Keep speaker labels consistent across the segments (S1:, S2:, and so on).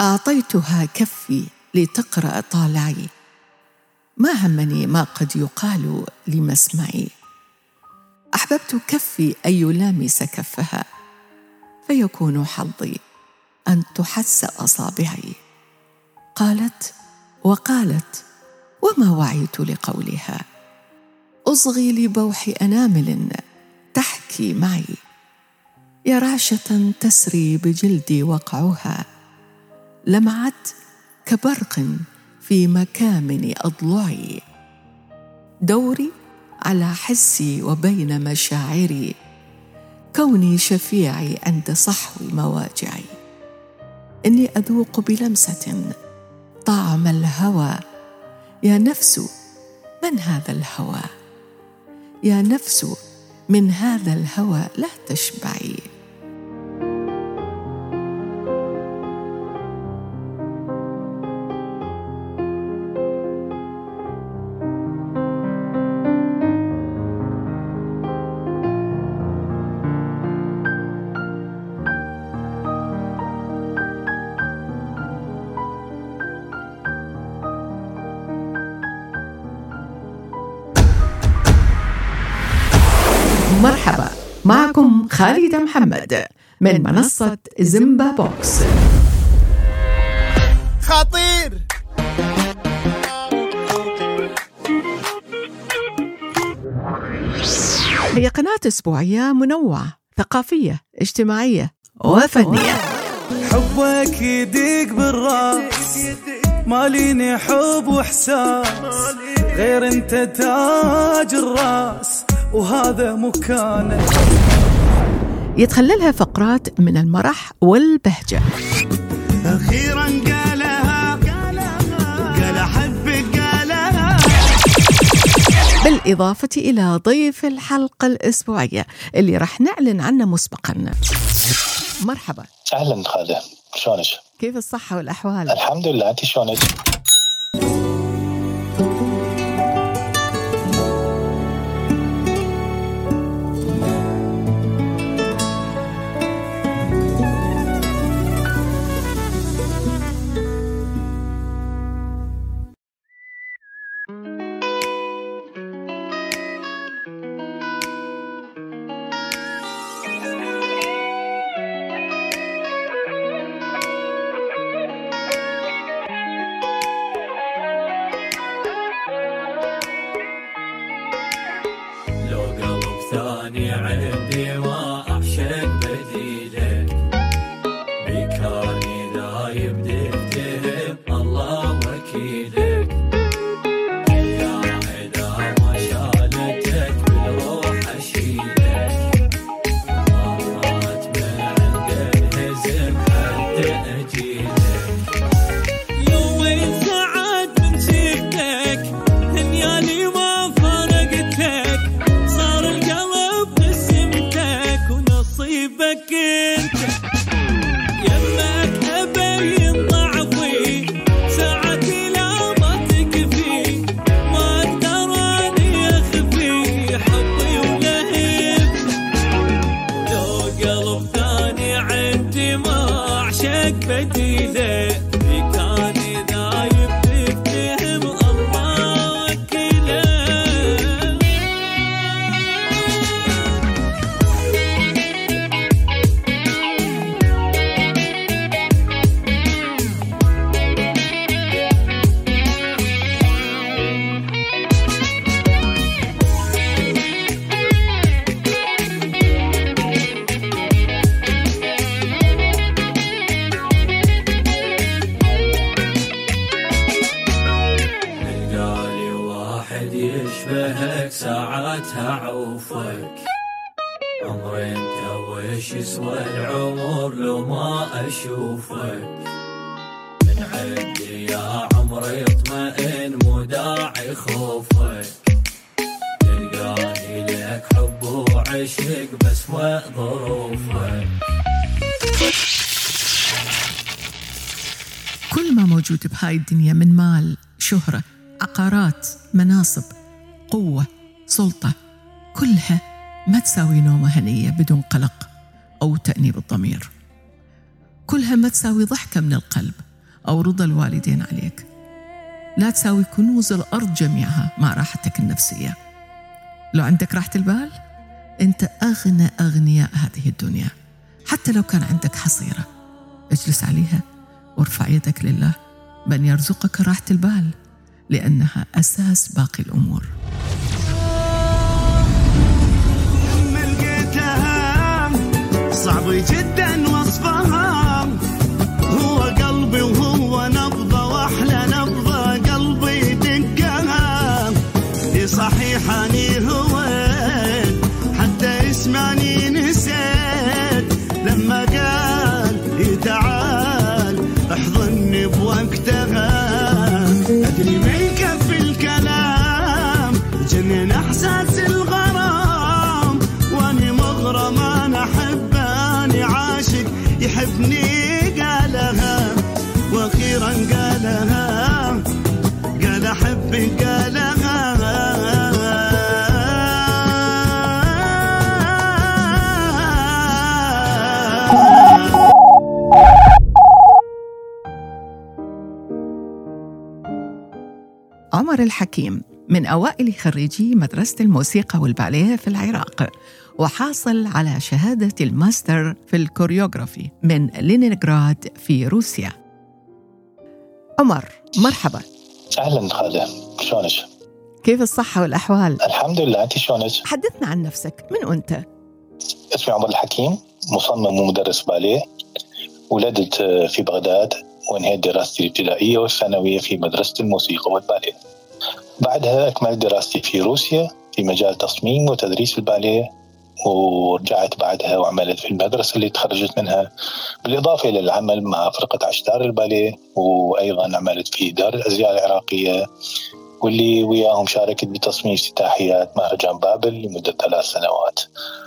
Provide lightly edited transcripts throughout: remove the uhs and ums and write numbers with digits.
S1: أعطيتها كفي لتقرأ طالعي، ما همني ما قد يقال لمسمعي. أحببت كفي أن يلامس كفها، فيكون حظي أن تحس أصابعي. قالت وقالت وما وعيت لقولها، أصغي لبوح أنامل تحكي معي، يا رعشة تسري بجلدي وقعها، لمعت كبرق في مكامن أضلعي، دوري على حسي وبين مشاعري، كوني شفيعي عند صحو مواجعي. إني أذوق بلمسة طعم الهوى، يا نفس من هذا الهوى، يا نفس من هذا الهوى لا تشبعي. مرحبا، معكم خالدة محمد من منصة زمبا بوكس.
S2: خطير.
S1: هي قناة أسبوعية منوعة، ثقافية، اجتماعية وفنية.
S2: حبك يديك بالراس، ماليني حب وإحساس، غير انت تاج الراس وهذا مكانك.
S1: يتخللها فقرات من المرح والبهجة.
S2: أخيرا قالها قال أحبك قالها.
S1: بالإضافة إلى ضيف الحلقة الأسبوعية اللي رح نعلن عنه مسبقا. مرحبا.
S3: أهلا خالد، شلونك؟
S1: كيف الصحة والأحوال؟
S3: الحمد لله، أنت شلونك؟
S4: لو قلب ثاني عندي ما أعشق بديلك، بكاني ذايب دفتهم الله وكيلك، يا إذا ما شالتك بالروح أشيلك، مرات من عند الهزم حتى أجيلك. يومين ساعات من شفتك هنيالي ما فرقتك، صار القلب قسمتك ونصيبك انت، يمك ابين ضعفي ساعتي لا ما تكفي، ما اقدر اني اخفي حبي ولهفي، لو قلب ثاني عندي ما اعشق بديله، بكاني ذايب تفتهم الله وكيله. لقالي واحد يشبهك ساعتها عوفك، عمري انت وش يسوى العمر لو ما اشوفك، من عندي يا عمري اطمئن مو داعي خوفك، تلقاني لك حب وعشق بس وظروفك.
S1: كل ما موجود بهاي الدنيا من مال، شهرة، عقارات، مناصب، قوة، سلطة، كلها ما تساوي نومة هنية بدون قلق أو تأنيب الضمير، كلها ما تساوي ضحكة من القلب أو رضا الوالدين عليك. لا تساوي كنوز الأرض جميعها مع راحتك النفسية. لو عندك راحة البال أنت أغنى أغنياء هذه الدنيا. حتى لو كان عندك حصيرة اجلس عليها وارفع يدك لله بأن يرزقك راحة البال، لأنها أساس باقي الأمور.
S2: لما لقيتها صعب جدا وصفها، هو قلبي وهو نبضة وأحلى نبضة قلبي دقها. صحيح أني هويت حتى اسمعني نسيت، لما قال تعال احضني بوقتها. أدري ما يكفي الكلام جنن إحساس الغرام، وأني مغرم أنا أحب أني عاشق يحبني قالها، وأخيرا قالها قال أحبك قالها.
S1: عمر الحكيم من أوائل خريجي مدرسة الموسيقى والباليه في العراق، وحاصل على شهادة الماستر في الكوريوغرافي من لينينغراد في روسيا. عمر مرحبا.
S3: أهلا خالد، شلونك؟
S1: كيف الصحة والأحوال؟
S3: الحمد لله، أنت شلونك؟
S1: حدثنا عن نفسك، من أنت؟
S3: اسمي عمر الحكيم، مصمم ومدرس باليه. ولدت في بغداد وانهيت دراستي الابتدائية والثانوية في مدرسة الموسيقى والباليه. بعدها أكملت دراستي في روسيا في مجال تصميم وتدريس الباليه، ورجعت بعدها وعملت في المدرسة اللي تخرجت منها، بالإضافة إلى العمل مع فرقة عشتار الباليه، وأيضا عملت في دار الأزياء العراقية، واللي وياهم شاركت بتصميم افتتاحيات مهرجان بابل لمدة 3 سنوات.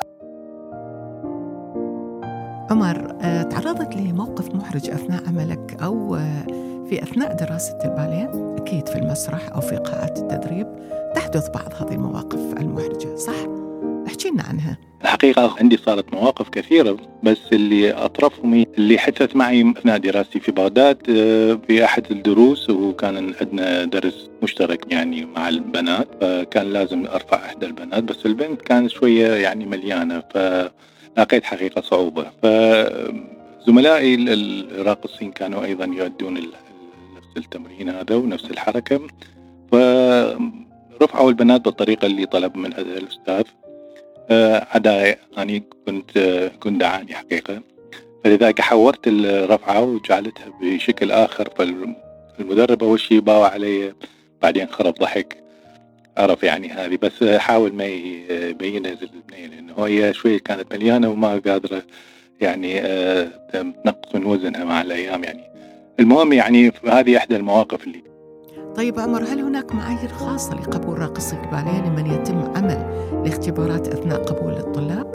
S1: عمر، تعرضت لموقف محرج أثناء عملك أو في أثناء دراسة الباليه؟ أكيد في المسرح أو في قاعات التدريب تحدث بعض هذه المواقف المحرجة، صح؟ احكي لنا عنها.
S5: الحقيقة عندي صارت مواقف كثيرة، بس اللي أطرفهم اللي حدثت معي أثناء دراستي في بغداد في أحد الدروس، وكان عندنا درس مشترك يعني مع البنات، فكان لازم أرفع إحدى البنات، بس البنت كانت شوية يعني مليانة، فلاقيت حقيقة صعوبة. فزملائي الراقصين كانوا أيضا يؤدون نفس التمرين هذا ونفس الحركة، فرفعوا البنات بالطريقة اللي طلب من الأستاذ. عدا يعني كنت دعاني حقيقة، فلذلك حورت الرفعة وجعلتها بشكل آخر. فالمدرب أول شيء باوع علي، بعدين خرب ضحك، عرف يعني هذه، بس حاول ما يبينها للبنية لأنه هي شوية كانت مليانة وما قادرة يعني تنقص من وزنها مع الأيام يعني. المهم يعني هذه إحدى المواقف اللي.
S1: طيب عمر، هل هناك معايير خاصة لقبول راقصي الباليه لمن يتم عمل الاختبارات أثناء قبول الطلاب؟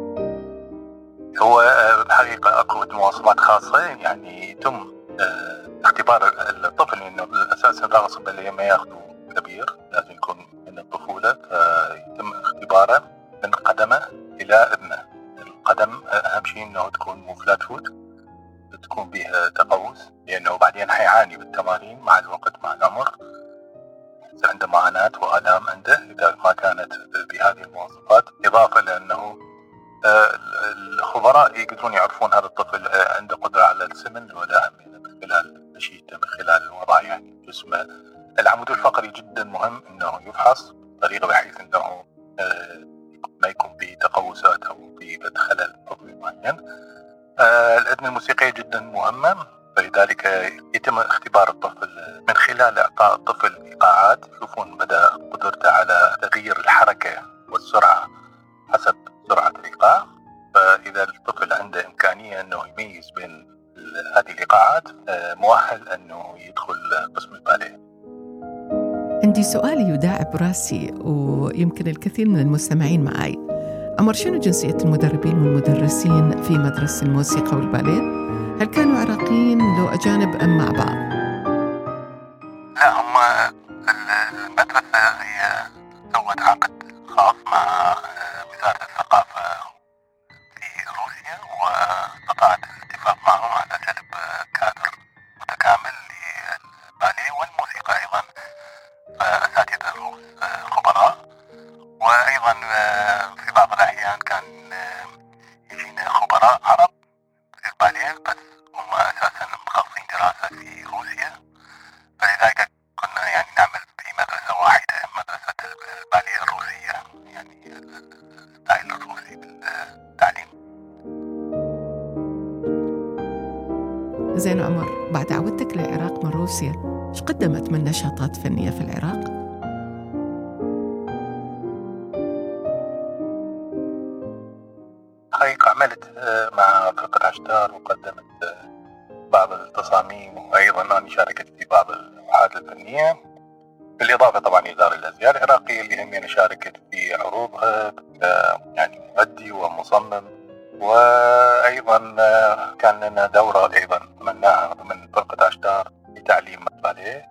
S3: هو الحقيقة أكو مواصفات خاصة، يعني يتم اختبار الطفل، لأنه أساسا راقص الباليه ما ياخذوا كبير، لازم يكون من الطفولة، فيتم اختباره من قدمه إلى أذنه. القدم أهم شيء أنه تكون مو فلات فوت، تكون بها تقوس، لأنه بعدين حيعاني بالتمارين مع الوقت مع العمر، عنده معاناة وآلام عنده إذا ما كانت بهذه المواصفات. إضافة لأنه الخبراء يقدرون يعرفون هذا الطفل عنده قدرة على السمن ولا من خلال نشيته، من خلال الوضع يعني جسمه. العمود الفقري جدا مهم أنه يفحص بطريقة بحيث أنه ما يكون في تقوسات أو في خلل عضوي معين. الأذن الموسيقية جدا مهمة، فلذلك يتم اختبار الطفل من خلال إعطاء الطفل إيقاعات، يشوفون مدى قدرته على تغيير الحركة والسرعة حسب سرعة الإيقاع. فإذا الطفل عنده إمكانية أنه يميز بين هذه الإيقاعات، مؤهل أنه يدخل قسم الباليه.
S1: عندي سؤال يداعب راسي ويمكن الكثير من المستمعين معي. عمر، شنو جنسية المدربين والمدرسين في مدرسة الموسيقى والباليه؟ هل كانوا عراقيين لو أجانب أم مع بعض؟
S3: لا، هم المدرسة هي سوت عقد خاص مع وزارة الثقافة في روسيا، واستطاعت الاتفاق معهم على جلب كادر متكامل روسيا، فلذلك كنا يعني نعمل في مدرسة واحدة، مدرسة الباليه الروسية، يعني الستايل الروسي بالتعليم.
S1: زين عمر، بعد عودتك للعراق من روسيا، ايش قدمت من نشاطات فنية في العراق؟
S3: حقيقة عملت مع فرقة عشتار وقدمت بعض التصاميم، وأيضا أنا شاركت في بعض اللوحات الفنية، بالإضافة طبعا إلى دار الأزياء العراقية اللي هم أنا شاركت في عروضها يعني مؤدي ومصمم. وأيضا كان لنا دورة أيضا عملناها من فرقة عشتار لتعليم الباليه.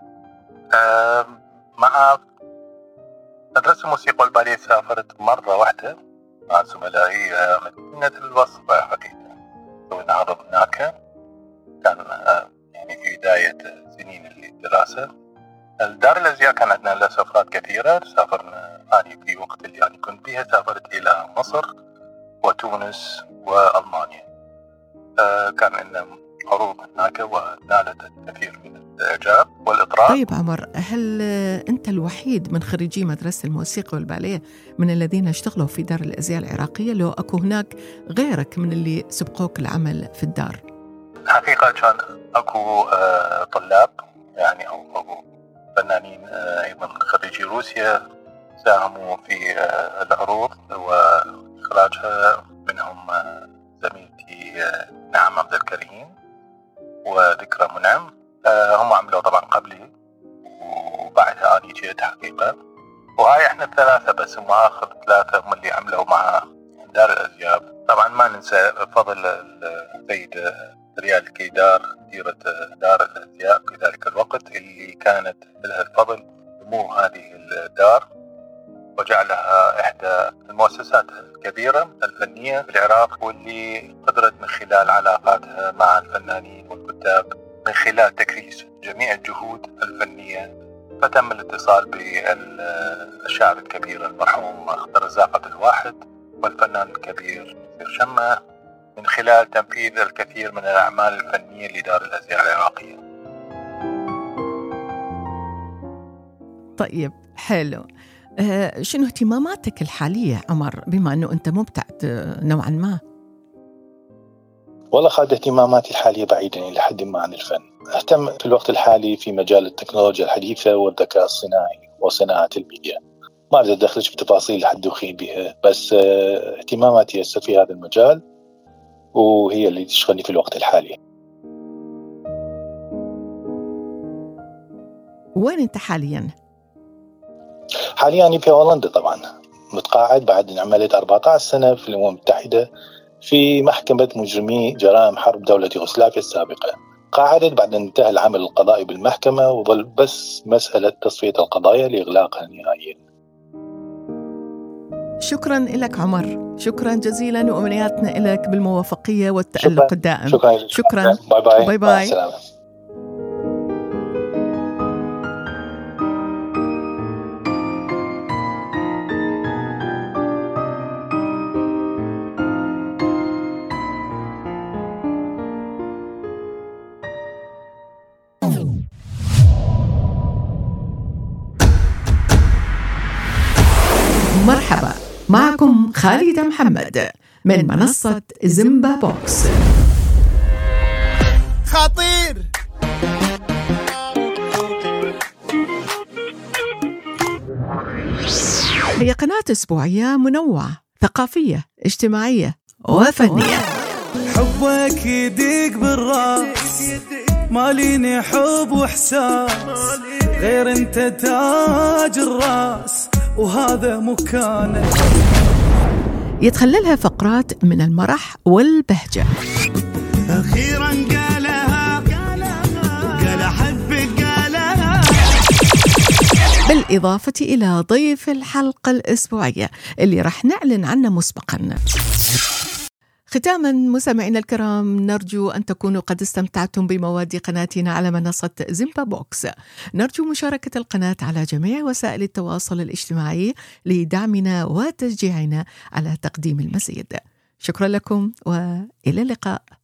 S3: مع مدرسة الموسيقى والباليه سافرت مرة واحدة مع زملائي مدينة الوصفة. حقيقة سوينا عرض هناك، كان يعني في بداية سنين الدراسة. الدار الأزياء كان عندنا لها سفرات كثيرة، سافرنا يعني في وقت اللي يعني كنت بيها سافرت إلى مصر وتونس وألمانيا. كان عندنا عروض هناك ونالت الكثير من الإعجاب والإطراء.
S1: طيب عمر، هل أنت الوحيد من خريجي مدرسة الموسيقى والباليه من الذين اشتغلوا في دار الأزياء العراقية، لو أكو هناك غيرك من اللي سبقوك العمل في الدار؟
S3: الحقيقة كان أكو طلاب يعني أو فنانين أيضا خريجي روسيا ساهموا في العروض وإخراجها، منهم زميلتي نعم عبد الكريم وذكرى منعم. هم عملوا طبعا قبلي وبعدها أنا جيت حقيقة، وهاي احنا الثلاثة بس، هم آخر ثلاثة هم اللي عملوا مع دار الأزياء. طبعا ما ننسى فضل السيد ريال الكيدار مديرة دار الأزياء في ذلك الوقت، اللي كانت لها الفضل نمو هذه الدار وجعلها إحدى المؤسسات الكبيرة الفنية في العراق، واللي قدرت من خلال علاقاتها مع الفنانين والكتاب من خلال تكريس جميع الجهود الفنية، فتم الاتصال بالشاعر الكبير المرحوم رزاق عبد الواحد والفنان الكبير نصير شمة من خلال تنفيذ الكثير من الأعمال الفنية لدار الأزياء العراقية.
S1: طيب حلو. شنو اهتماماتك الحالية عمر، بما أنه أنت مبتعد نوعا ما؟
S5: والله خاد اهتماماتي الحالية بعيدا إلى حد ما عن الفن. أهتم في الوقت الحالي في مجال التكنولوجيا الحديثة والذكاء الصناعي وصناعة الميديا. ما أقدر أدخلش بتفاصيل لحد أخي بها، بس اهتماماتي هسه في هذا المجال وهي اللي تشغلني في الوقت الحالي.
S1: وين أنت حاليا؟
S5: حاليا في هولندا طبعا، متقاعد بعد أن عملت 14 سنة في الأمم المتحدة في محكمة مجرمي جرائم حرب دولة يوغوسلافيا السابقة. قاعدت بعد أن انتهى العمل القضائي بالمحكمة، وظل بس مسألة تصفية القضايا لإغلاقها نهائيا.
S1: شكرا لك عمر، شكرا جزيلا، وأمنياتنا لك بالموفقية والتألق الدائم.
S5: شكرا. باي باي.
S1: باي باي.
S5: السلامة.
S1: مرحبا، معكم خالدة محمد من منصة زيمبا بوكس.
S2: خطير
S1: هي قناة أسبوعية منوعة، ثقافية، اجتماعية وفنية.
S2: حبك يديك بالراس، ماليني حب وحساس، غير انت تاج الراس وهذا مكانك.
S1: يتخللها فقرات من المرح والبهجة.
S2: أخيرا قالها قال أحبك قالها،
S1: بالإضافة إلى ضيف الحلقة الأسبوعية اللي رح نعلن عنه مسبقا. ختاما مستمعينا الكرام، نرجو أن تكونوا قد استمتعتم بمواد قناتنا على منصة زيمبا بوكس. نرجو مشاركة القناة على جميع وسائل التواصل الاجتماعي لدعمنا وتشجيعنا على تقديم المزيد. شكرا لكم وإلى اللقاء.